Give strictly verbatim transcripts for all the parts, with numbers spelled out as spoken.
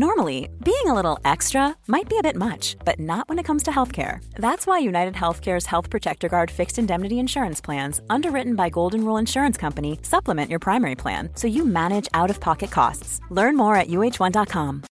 Normally, being a little extra might be a bit much, but not when it comes to healthcare. That's why United Healthcare's Health Protector Guard fixed indemnity insurance plans, underwritten by Golden Rule Insurance Company, supplement your primary plan so you manage out-of-pocket costs. Learn more at u h one dot com.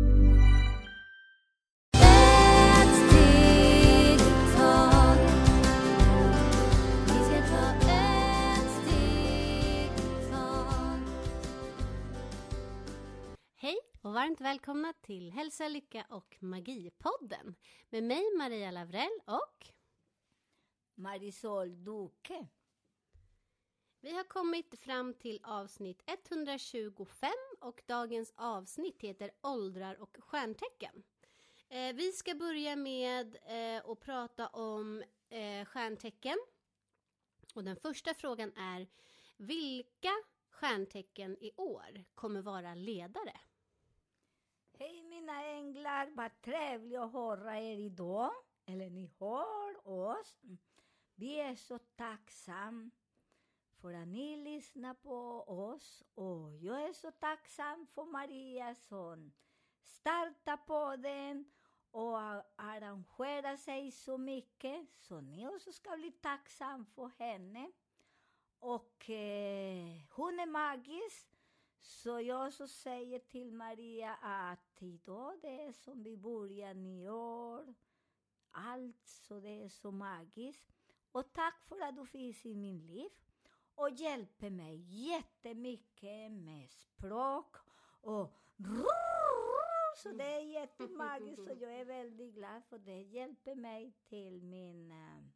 Hej och varmt välkomna till Hälsa, Lycka och Magipodden med mig Maria Lavrell och Marisol Duque. Vi har kommit fram till avsnitt etthundratjugofem och dagens avsnitt heter Åldrar och stjärntecken. Eh, vi ska börja med eh, att prata om eh, stjärntecken. Och den första frågan är: vilka stjärntecken i år kommer vara ledare? Hej mina änglar, vad trevligt att höra er idag. Eller ni hör oss. Vi är så tacksamma för att ni lyssnar på oss. Och jag är så tacksam för Maria som startar på den och arrangerar sig så mycket. Så ni också ska bli tacksam för henne. Och eh, hon är magisk. Så jag så säger till Maria att idag det är som vi börjar nyår. Allt så det är så magiskt. Och tack för att du finns i min liv. Och hjälper mig jättemycket med språk. Och så det är jättemagiskt. Och jag är väldigt glad för det. Hjälper mig till min,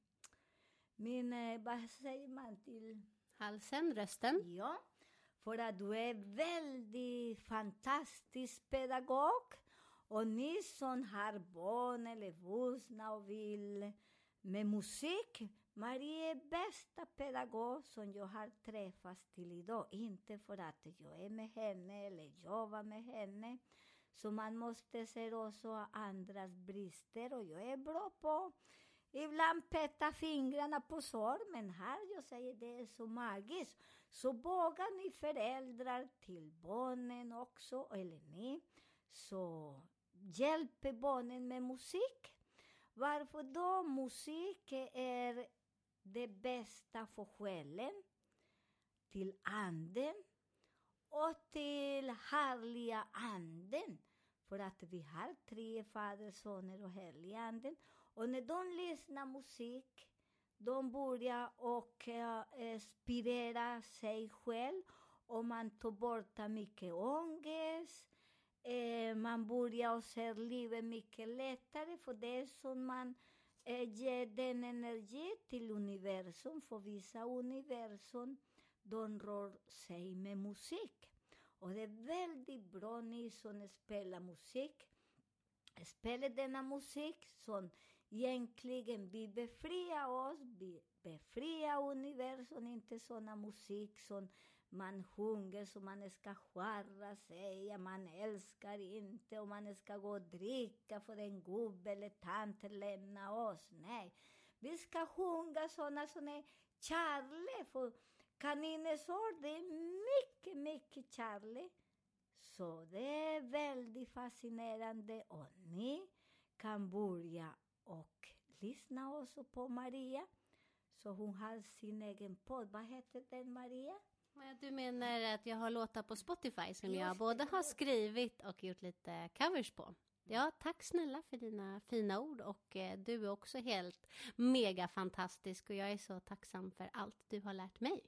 min vad säger man till? Halsen, rösten. Ja. För att du är väldigt fantastisk pedagog. Och ni som har barn eller vuxna och vill med musik. Maria är bästa pedagog som jag har träffat till idag. Inte för att jag är med henne eller jobbar med henne. Så man måste se också andras brister. Och jag är bra på ibland peta fingrarna på sår. Men här jag säger det är så magiskt. Så vågar ni föräldrar till barnen också, eller ni, så hjälper barnen med musik. Varför då? Musik är det bästa för själen, till anden och till härliga anden. För att vi har tre fader, soner och heliga anden. Och när de lyssnar musik, de börjar och uh, inspirera sig själv. Och man tar bort mycket ångest. Eh, man börjar och se livet mycket lättare. För det är som man eh, ger den energi till universum. För vissa universum, de rör sig med musik. Och det är väldigt bra ni som spelar musik. Spelar denna musik som egentligen vi befriar oss, vi befriar universum, inte sådana musik som man sjunger så man ska skärra sig, man älskar inte och man ska gå och dricka för en gubbe eller tant lämna oss. Nej, vi ska sjunga sådana som är kärlek, för kaninens ord det är mycket, mycket kärlek. Så det är väldigt fascinerande och ni kan börja och lyssna också på Maria. Så hon har sin egen podd. Vad heter den, Maria? Du menar att jag har låtar på Spotify som Just jag både har skrivit och gjort lite covers på. Ja, tack snälla för dina fina ord. Och eh, du är också helt mega fantastisk. Och jag är så tacksam för allt du har lärt mig.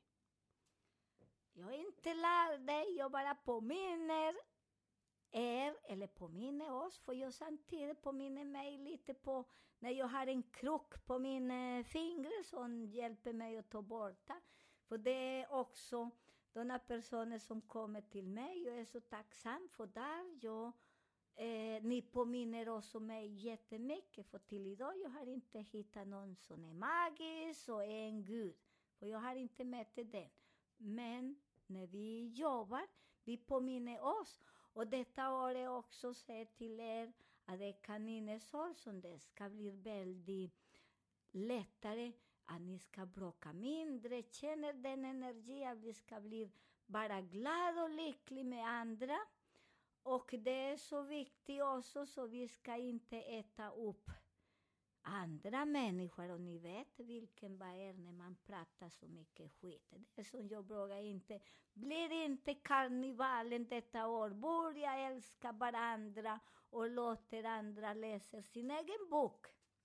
Jag inte lär dig, jag bara påminner er, eller påminner oss, för jag samtidigt påminner mig lite på när jag har en krock på mina fingrar som hjälper mig att ta bort det. För det är också de personer som kommer till mig, jag är så tacksam för där jag, eh, ni påminner också mig jättemycket, för till idag jag har inte hittat någon som är magisk och är en gud, för jag har inte mätt den. Men när vi jobbar, vi påminner oss. Och detta år är också säga till er att det är kaninens år som det ska bli väldigt lättare. Att ni ska bråka mindre, känner den energi att vi ska bli bara glad och lycklig med andra. Och det är så viktigt också, så vi ska inte äta upp andra människor. Och ni vet vilken vad är när man pratar så mycket skit. Det är som jag frågar inte. Blir inte karnevalen detta år? Börja älska varandra och låter andra läsa sin egen bok.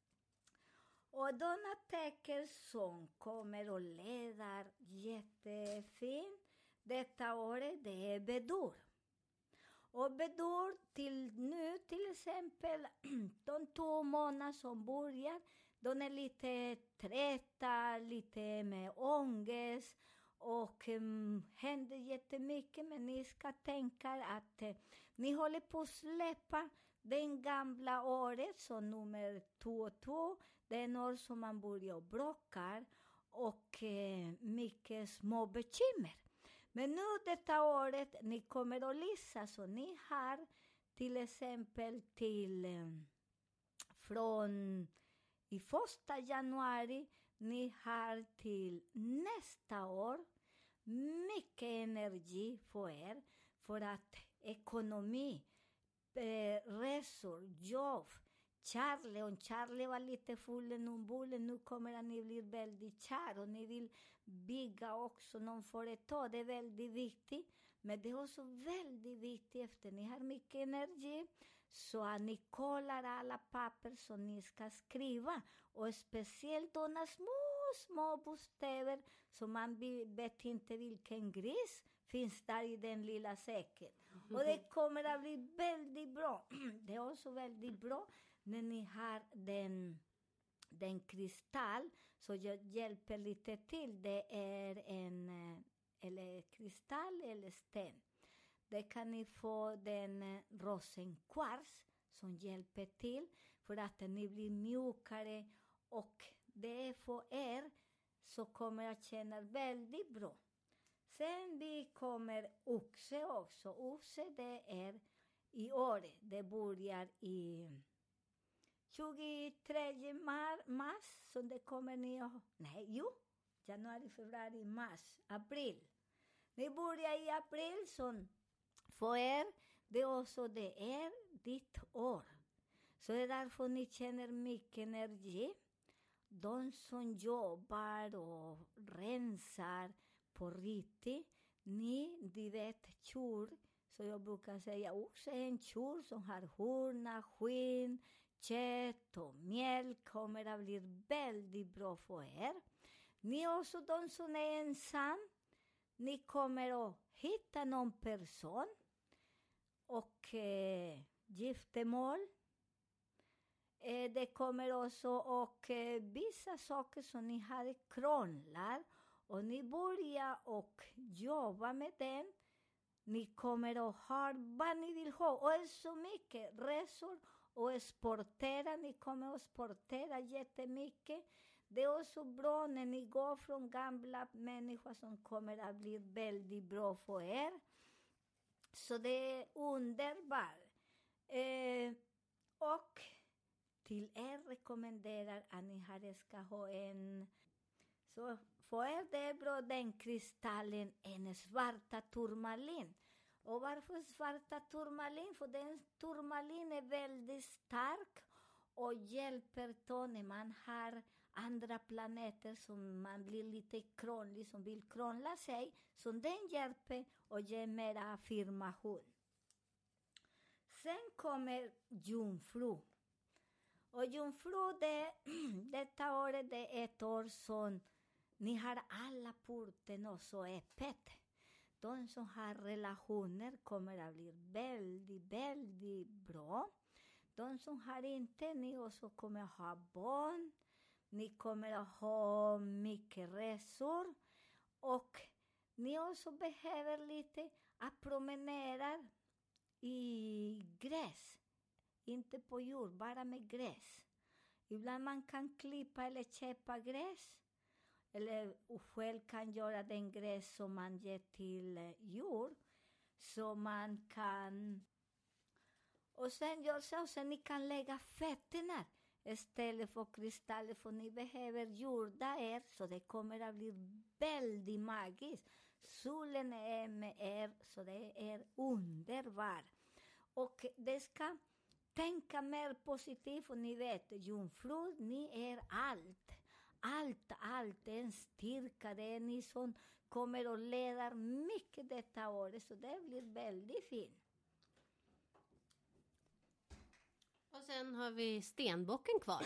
Och Donna Täckers sång kommer och leder jättefint. Detta året det är Bedur. Och Bedur till nu till exempel, de två månader som börjar, de är lite trötta, lite med ångest och um, händer jättemycket. Men ni ska tänka att uh, ni håller på att släppa den gamla året, så nummer två och två, den år som man börjar bråka och uh, mycket små bekymmer. Men nu detta året, ni kommer att lyssna, så ni har till exempel till eh, från i första januari, ni har till nästa år mycket energi för er, för att ekonomi, eh, resor, jobb, Charlie, och Charlie var lite full i någon bulle, nu kommer ni bli väldigt kär och ni vill bygga också någon företag. Det är väldigt viktigt, men det är också väldigt viktigt efter ni har mycket energi, så att ni kollar alla papper som ni ska skriva, och speciellt de små, små bokstäver som man vet inte vilken gris finns där i den lilla säcken. Och det kommer att bli väldigt bra. Det är också väldigt bra när ni har den, den kristall, så jag hjälper lite till. Det är en eller kristall eller sten. Det kan ni få den rosenkvarts som hjälper till för att ni blir mjukare, och det är för er så kommer att känna väldigt bra. Sen vi kommer oxe också. Oxe det är i år. Det börjar i tjugotredje mars, så det kommer ni att... Nej, jo. Januari, februari, mars, april. Ni börjar i april, så för er, det är också det är ditt år. Så det är därför ni känner mycket energi. De som jobbar och rensar på riktigt, ni, de vet tjur. Så jag brukar säga också en tjur som har horna, skinn, kött och mjölk kommer att bli väldigt bra för er. Ni också de som är ensam, ni kommer att hitta någon person och eh, giftermål. Eh, det kommer också att eh, vissa saker som ni har krånglar, och ni börjar och jobba med den. Ni kommer att ha vad ni vill ha, och är så mycket resor och sportera. Ni kommer att sportera jättemycket. Det är också bra när ni går från gamla människor som kommer att bli väldigt bra för er. Så det är underbart. Eh, och till er rekommenderar att ni här ska ha en... Så för er det är bra den kristallen, en svarta turmalin. Och varför svarta turmalin? För den turmalin är väldigt stark och hjälper då när man har andra planeter som man blir lite krånglig, som vill krångla sig. Så den hjälper och ger mer affirmation. Sen kommer jungfru. Och jungfru, det, detta året det är ett år som ni har alla porten och så öppet. De som har relationer kommer att bli väldigt, väldigt bra. De som har inte, ni också kommer att ha barn. Ni kommer att ha mycket resor. Och ni också behöver lite att promenera i gräs. Inte på jord, bara med gräs. Ibland man kan klippa eller köpa gräs. Eller själv kan göra den gräs som man ger till jord. Så man kan... Och sen gör så, och sen ni kan lägga fötterna istället för kristaller. För ni behöver jorda er, så det kommer att bli väldigt magiskt. Solen är med er, så det är underbart. Och det ska tänka mer positivt, och ni vet, jungfrur, ni är allt. Allt, allt är en styrka. Det är ni som kommer att leda mycket detta året, så det blir väldigt fint. Och sen har vi stenbocken kvar.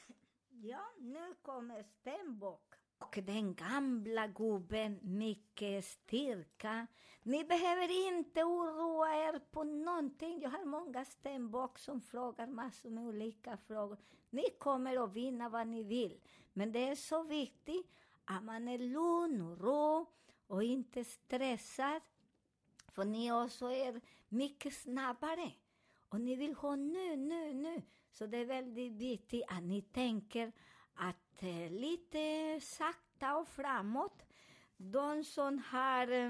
Ja, nu kommer stenbock. Och den gamla gubben, mycket styrka. Ni behöver inte oroa er på någonting. Jag har många stenbock som frågar massor med olika frågor. Ni kommer att vinna vad ni vill. Men det är så viktigt att man är lugn och ro och inte stressad. För ni också är mycket snabbare. Och ni vill ha nu, nu, nu. Så det är väldigt viktigt att ni tänker att eh, lite sakta och framåt. De som har eh,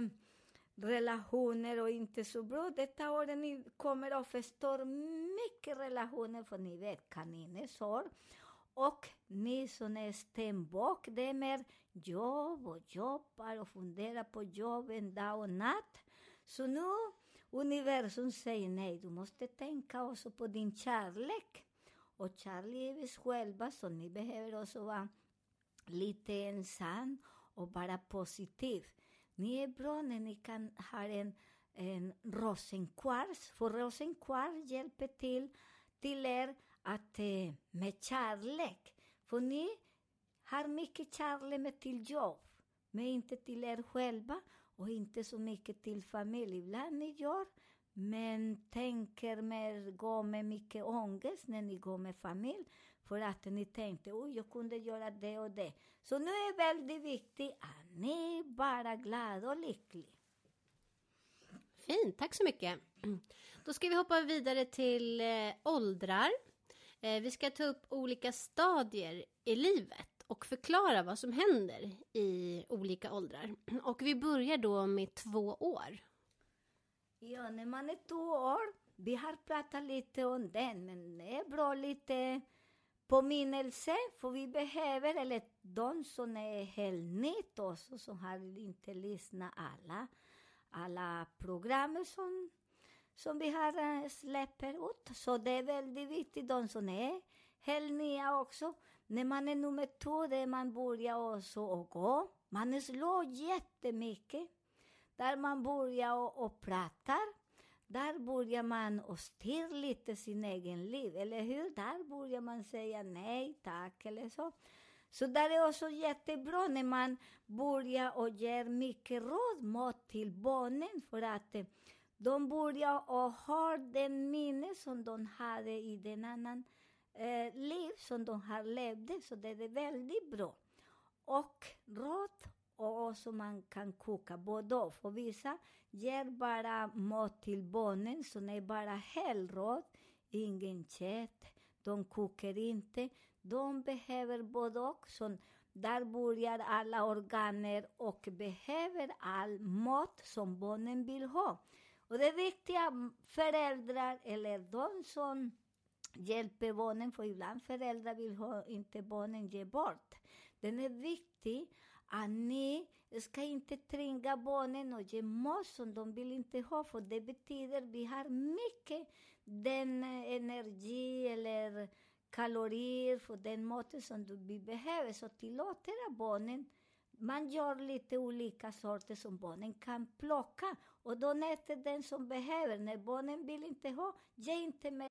relationer och inte så bra, detta året ni kommer att förstå mycket relationer, för ni vet kaninens år. Och ni som är stenbock, det är mer jobb och jobbar och funderar på jobben dag och natt. Så nu universum säger nej, du måste tänka också på din kärlek. Och kärlek är själva, så ni behöver också vara lite ensam och bara positiv. Ni är bra när ni kan ha en, en rosenkvarts, för rosenkvarts hjälper till, till er att eh, med kärlek. För ni har mycket kärlek med till jobb, men inte till er själva och inte så mycket till familj. Ibland ni gör, men tänker med, gå med mycket ångest när ni går med familj. För att ni tänkte, oj, jag kunde göra det och det. Så nu är det väldigt viktigt att ni bara är glada och lyckliga. Fint, tack så mycket. Då ska vi hoppa vidare till eh, åldrar. Eh, vi ska ta upp olika stadier i livet och förklara vad som händer i olika åldrar. Och vi börjar då med två år. Ja, när man är två år, vi har pratat lite om den, men det är bra lite påminnelse, för vi behöver, eller de som är helt nytt också, som har inte lyssnat alla, alla program som, som vi har släpper ut. Så det är väldigt viktigt, de som är helt nya också. När man är nummer två, där man börjar också att gå. Man slår jättemycket. Där man börjar och, och pratar. Där börjar man och styr lite sin egen liv, eller hur? Där börjar man säga nej, tack, eller så. Så där är också jättebra när man börjar och ger mycket råd mat till barnen, för att eh, de börjar och har den minne som de hade i den annan eh, liv som de har levde, så det är väldigt bra. Och råd, och också man kan koka både och. För vissa ger bara mat till barnen som är bara helråd, ingen kött, de kokar inte. De behöver både och. Så där börjar alla organer och behöver all mat som barnen vill ha. Och det är viktiga föräldrar, eller de som hjälper barnen, för ibland föräldrar vill ha inte barnen ge bort. Den är viktig att ni ska inte tvinga barnen och ge mat som de vill inte ha, för det betyder att vi har mycket den energi eller kalorier för den maten som vi behöver. Så tillåter barnen, man gör lite olika sorter som barnen kan plocka, och då äter den som behöver. När barnen vill inte ha, ge inte med.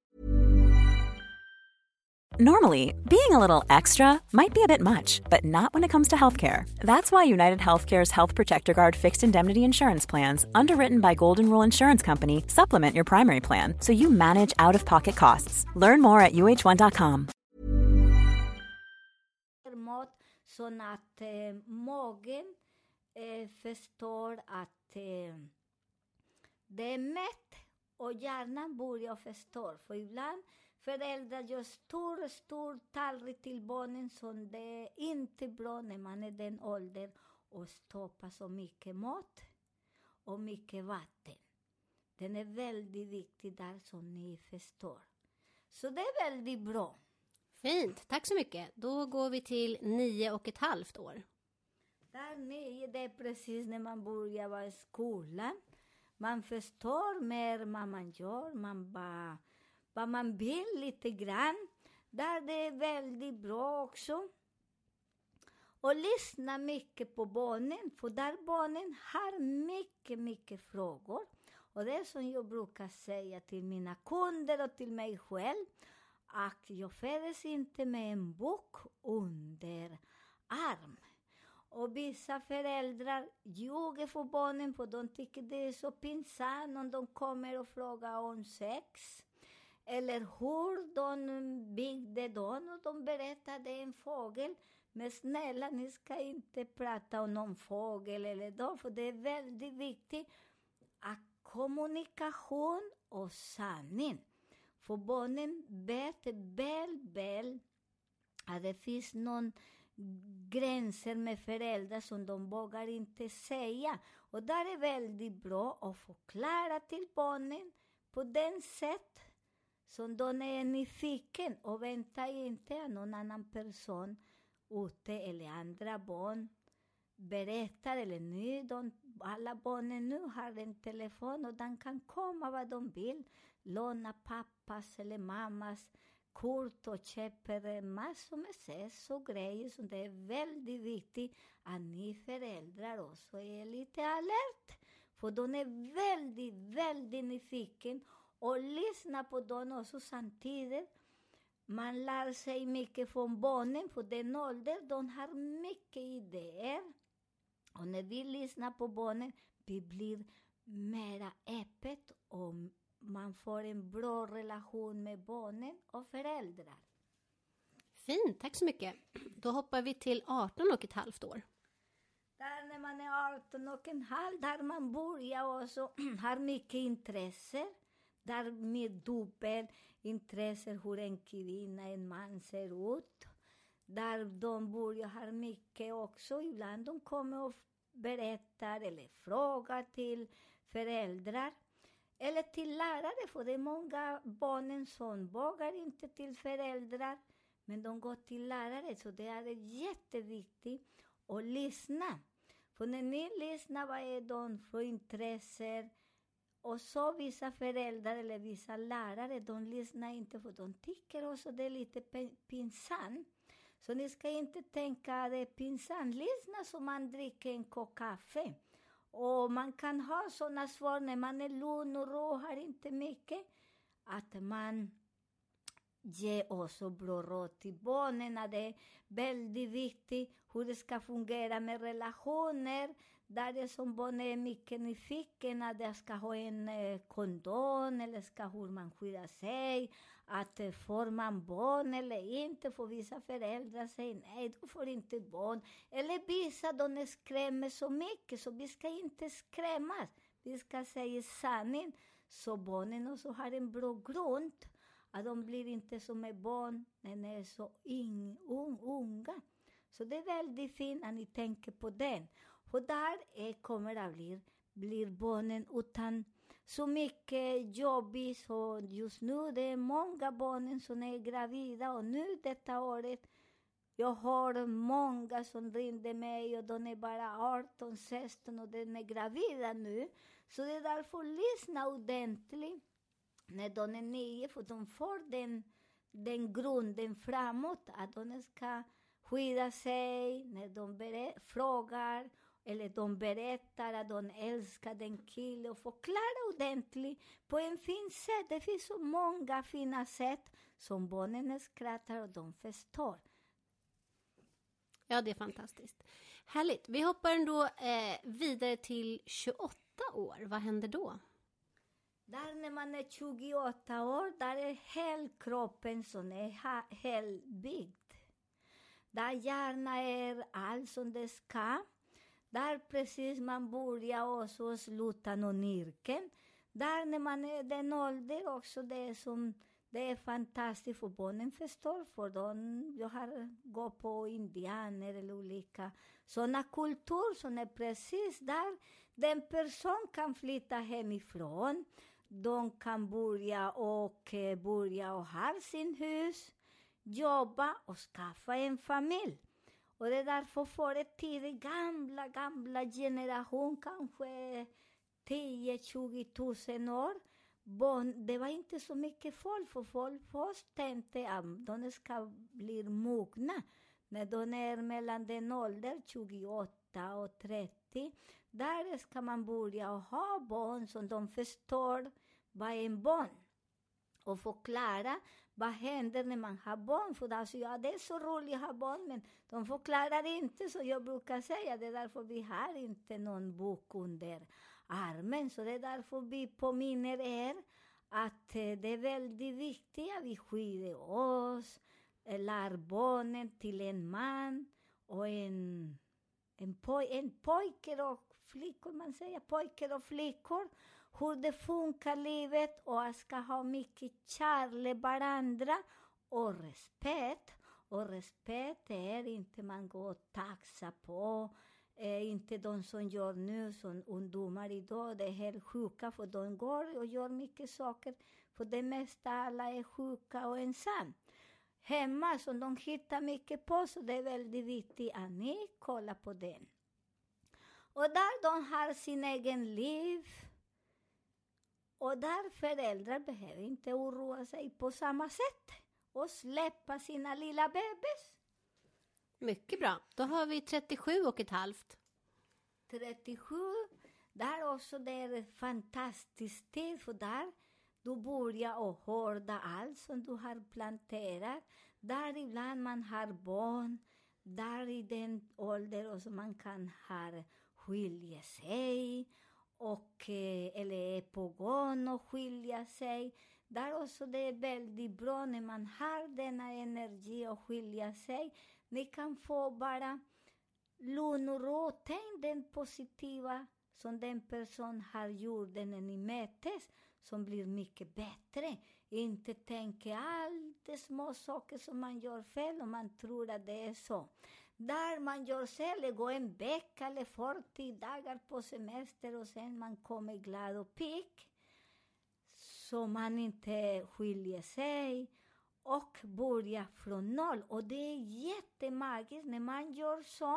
Normally, being a little extra might be a bit much, but not when it comes to healthcare. That's why United Healthcare's Health Protector Guard fixed indemnity insurance plans, underwritten by Golden Rule Insurance Company, supplement your primary plan so you manage out-of-pocket costs. Learn more at u h one dot com. Mat så att eh, magen eh, förstår att eh, det är mätt, och hjärnan börjar förstå. För ibland föräldrar gör stor, stor tallrik till barnen som det är inte bra när man är den åldern, och stoppar så mycket mat och mycket vatten. Den är väldigt viktig där, som ni förstår. Så det är väldigt bra. Fint, tack så mycket. Då går vi till nio och ett halvt år. Där nio, det är precis när man börjar vara i skolan. Man förstår mer vad man gör. Man bara, vad man vill lite grann. Där det är väldigt bra också. Och lyssna mycket på barnen. För där barnen har mycket, mycket frågor. Och det är som jag brukar säga till mina kunder och till mig själv. Att jag föds inte med en bok under arm. Och vissa föräldrar ljuger för barnen. För de tycker det är så pinsamt om de kommer och frågar om sex. Eller hur de byggde dem och de berättade en fågel. Men snälla, ni ska inte prata om någon fågel eller då. För det är väldigt viktigt att kommunikation och sanning. För barnen vet väl, väl att det finns någon gränser med föräldrar som de vågar inte säga. Och där är väldigt bra att förklara till barnen på den sätt som de är nyfiken. Och vänta inte att någon annan person ute eller andra barn berättar. Eller nu, de, alla barnen nu har en telefon och de kan komma vad de vill. Låna pappas eller mammas kort och köper massor med sex och grejer. Så det är väldigt viktigt att ni föräldrar också är lite alert. För de är väldigt, väldigt nyfiken. Och lyssna på dem också samtidigt. Man lär sig mycket från barnen. För den ålder, de har mycket idéer. Och när vi lyssnar på barnen, vi blir mera öppet och man får en bra relation med barnen och föräldrar. Fint, tack så mycket. Då hoppar vi till arton och ett halvt år. Där när man är arton och en halv, där man börjar också har mycket intresse. Där med dubbel intresse hur en kvinna, en man ser ut. Där de börjar ha mycket också. Ibland de kommer och berättar eller frågar till föräldrar. Eller till lärare, för det är många barnen som vågar inte till föräldrar. Men de går till lärare, så det är jätteviktigt att lyssna. För när ni lyssnar, vad är de för intressen? Och så vissa föräldrar eller vissa lärare, de lyssnar inte för de tycker också det är lite pinsamt. Så ni ska inte tänka att det är pinsamt. Lyssna som man dricker en kopp kaffe. Och man kan ha sådana svar när man är lugn och ro, har inte mycket. Att man ger också bra råd till barnen. Det är väldigt viktigt hur det ska fungera med relationer. Där det som barn är mycket nyfiken. Att det ska ha en eh, kondom eller ska hur man skyddar sig. Att eh, får man barn eller inte. För vissa föräldrar säger nej, du får inte barn. Eller vissa de skrämmer så mycket. Så vi ska inte skrämmas. Vi ska säga sanning. Så barnen också har en bra grund. Att de blir inte som är barn när de är så in, un, unga. Så det är väldigt fint att ni tänker på den. Och där är, kommer att bli blir barnen utan så mycket jobbigt. Så just nu det är många barnen som är gravida. Och nu detta året, jag har många som ringde mig och de är bara arton, sexton och de är gravida nu. Så det är därför lyssna ordentligt när de är nio. För de får den, den grunden framåt. Att de ska skydda sig när de berä- frågar. Eller de berättar att de älskar den killen och förklarar ordentligt på en fin sätt. Det finns så många fina sätt som barnen skrattar och de förstår. Ja, det är fantastiskt. Härligt. Vi hoppar ändå eh, vidare till tjugoåtta år. Vad händer då? Där när man är tjugoåtta år, där är hela kroppen som är ha- helbyggd. Där hjärnan är allt som det ska. Där precis man börjar också sluta någon yrken. Där när man är den ålder också, det är som det är fantastiskt för barnen förstår. För dem, jag har gått på indianer eller olika sådana kultur som är precis där. Den person kan flytta hemifrån. De kan börja och börja och ha sin hus. Jobba och skaffa en familj. Och det är därför förr i tiden, gamla, gamla generation, kanske tio till tjugo tusen år. Bon, det var inte så mycket folk, för folk först tänkte att de ska bli mogna. När de är mellan den ålder, tjugoåtta och trettio, där ska man börja ha barn som de förstår vad är en barn. Och förklara vad händer när man har barn. För alltså, ja, det är så roligt att ha barn, men de förklarar inte, så jag brukar säga. Det är därför vi har inte någon bok under armen. Så det är därför vi påminner er att eh, det är väldigt viktigt att vi skyddar oss, eh, lär barnen till en man och en, en, poj, en pojke och flickor, man säger pojkar och flickor, hur det funkar livet, och ska ha mycket kärlek varandra och respekt. Och respekt är inte man går och taxa på, eh, inte de som gör nu som ungdomar idag, det är helt sjuka, för de går och gör mycket saker, för det mesta alla är sjuka och ensam. Hemma som de hittar mycket på, så det är väldigt viktigt att ni kollar på den. Och där de har sin egen liv, och där föräldrar behöver inte oroa sig på samma sätt och släppa sina lilla bebis. Mycket bra. Då har vi trettiosju och ett halvt. trettiosju, där också det är en fantastisk tid, för där du börjar och hårda allt som du har planterat. Där ibland man har barn, där i den ålder och så man kan ha skilja sig, och eh, eller är på gång och skilja sig. Där också det är väldigt bra när man har denna energi att skilja sig. Ni kan få bara lugn och ro. Tänk den positiva som den person har gjort när ni mötes, som blir mycket bättre. Inte tänka allt de små saker som man gör fel och man tror att det är så. Där man gör sig, eller går en vecka eller fyrtio dagar på semester och sen man kommer glad och pigg. Så man inte skiljer sig och börjar från noll. Och det är jättemagiskt när man gör så.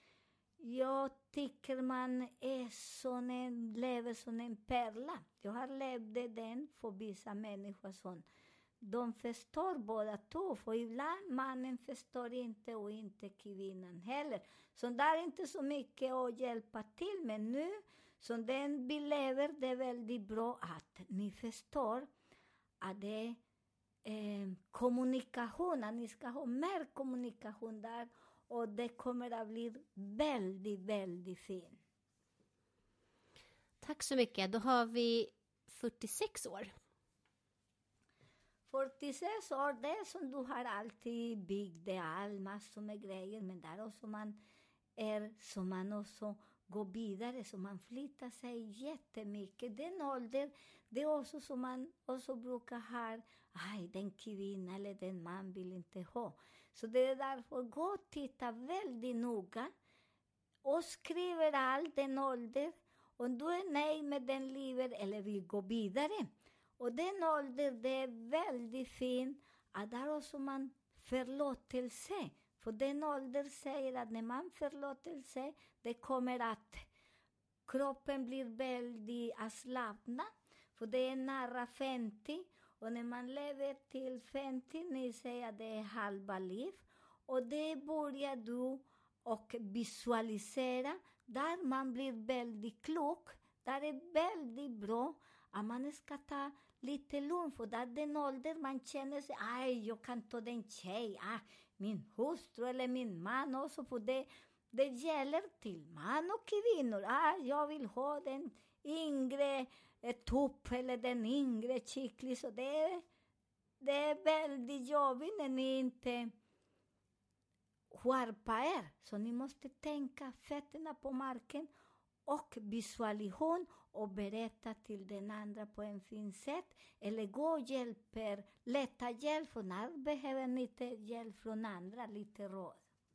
Jag tycker man är som en, lever som en pärla. Jag har levt den för vissa människor som de förstår båda två. För ibland mannen förstår inte och inte kvinnan heller. Så det är inte så mycket att hjälpa till. Men nu som den vi lever, det är väldigt bra att ni förstår att det är eh, kommunikation. Att ni ska ha mer kommunikation där. Och det kommer att bli väldigt, väldigt fint. Tack så mycket. Då har vi fyrtiosex år. fyrtiosex år, det är som du har alltid byggt det all massor med grejer. Men där också man är som man också går vidare. Så man flyttar sig jättemycket. Den ålder, det är också som man också brukar ha. Aj, den kvinna eller den man vill inte ha. Så det är därför gå och titta väldigt noga. Och skriver allt den ålder. Om du är nöjd med den livet eller vill gå vidare. Och den ålder, det är väldigt fint att där också man förlåtelse. För den ålder säger att när man förlåter sig, det kommer att kroppen blir väldigt avslappnad. För det är nära femtio. Och när man lever till femtio, ni säger att det är halva liv. Och det börjar du och visualisera. Där man blir väldigt klok. Där är väldigt bra att man ska ta lite lugn. För där den ålder man känner sig, aj, jag kan ta den tjej. Ah, min hustru eller min man också. För det, det gäller till man och kvinnor. Ah, jag vill ha den yngre tupp eller den yngre kittlig. Så det är, det är väldigt jobbigt när ni inte skärpa er. Så ni måste tänka fötterna på marken och visualisation och berätta till den andra på en fin sätt. Eller gå och hjälper, leta hjälp. För när behöver ni inte hjälp från andra, lite råd.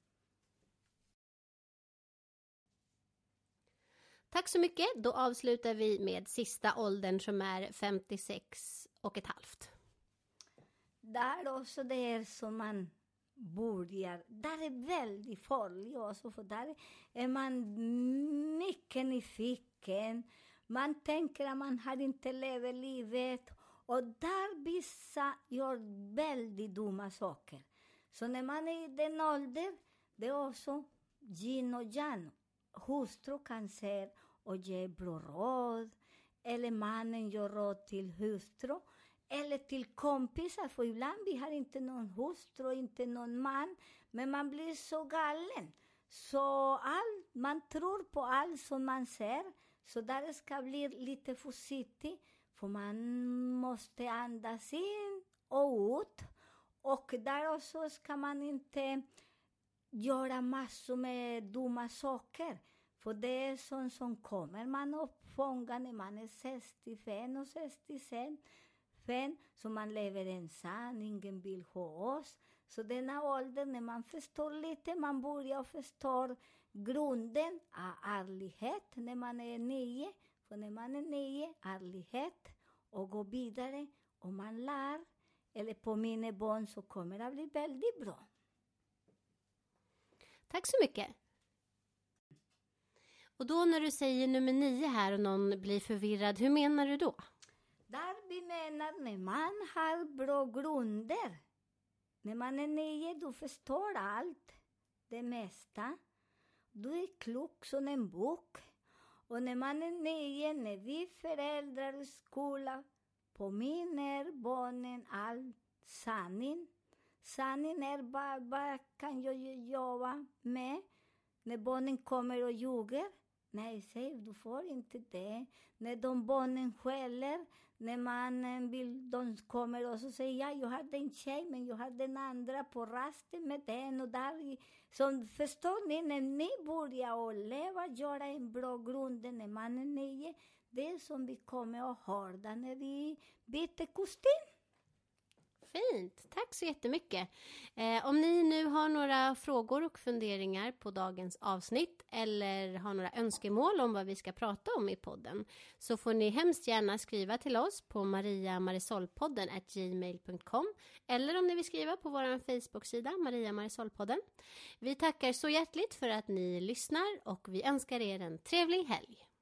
Tack så mycket. Då avslutar vi med sista åldern som är femtiosex och ett halvt. Där också det är som man börjar. Där är väldigt farligt också. För där är man mycket nyfiken. Man tänker att man har inte levat livet. Och där vissa gör väldigt dumma saker. Så när man är i den åldern, det är också yin och yang. Hustru kan se och ge bra råd. Eller mannen gör råd till hustru. Eller till kompisar. För ibland vi har inte någon hustru, inte någon man. Men man blir så galen. Så all, man tror på allt som man ser. Så där ska bli lite försiktig. För man måste andas in och ut. Och där också ska man inte göra massor med dumma saker. För det är sånt som kommer man upp fånga när man är sextiofem och sextiosex. Så man lever ensam, ingen vill ha oss. Så denna ålder när man förstår lite, man börjar förstå grunden av ärlighet när man är nio. För när man är nio, ärlighet och gå vidare och man lär eller påminner barn så kommer det att bli väldigt bra. Tack så mycket. Och då när du säger nummer nio här och någon blir förvirrad, hur menar du då? Där vi menar när man har bra grunder. När man är nio, du förstår allt, det mesta. Du är klok som en bok. Och när man är nio, när vi föräldrar i skolan påminner barnen all sanning. Sanning är bara, bara kan jag jobba med. När barnen kommer och ljuger. Nej, säg, du får inte det. När de barnen skäller. När man vill, de kommer och så säger ja, jag hade en tjej men jag hade den andra på rasten med den och där. Så förstår ni, när ni börjar att leva, göra en bra grund när man är nio. Det är som vi kommer att höra när vi byter kostym. Fint, tack så jättemycket. Eh, om ni nu har några frågor och funderingar på dagens avsnitt eller har några önskemål om vad vi ska prata om i podden så får ni hemskt gärna skriva till oss på mariamarisolpodden at gmail dot com eller om ni vill skriva på vår Facebook-sida Maria Marisolpodden. Vi tackar så hjärtligt för att ni lyssnar och vi önskar er en trevlig helg.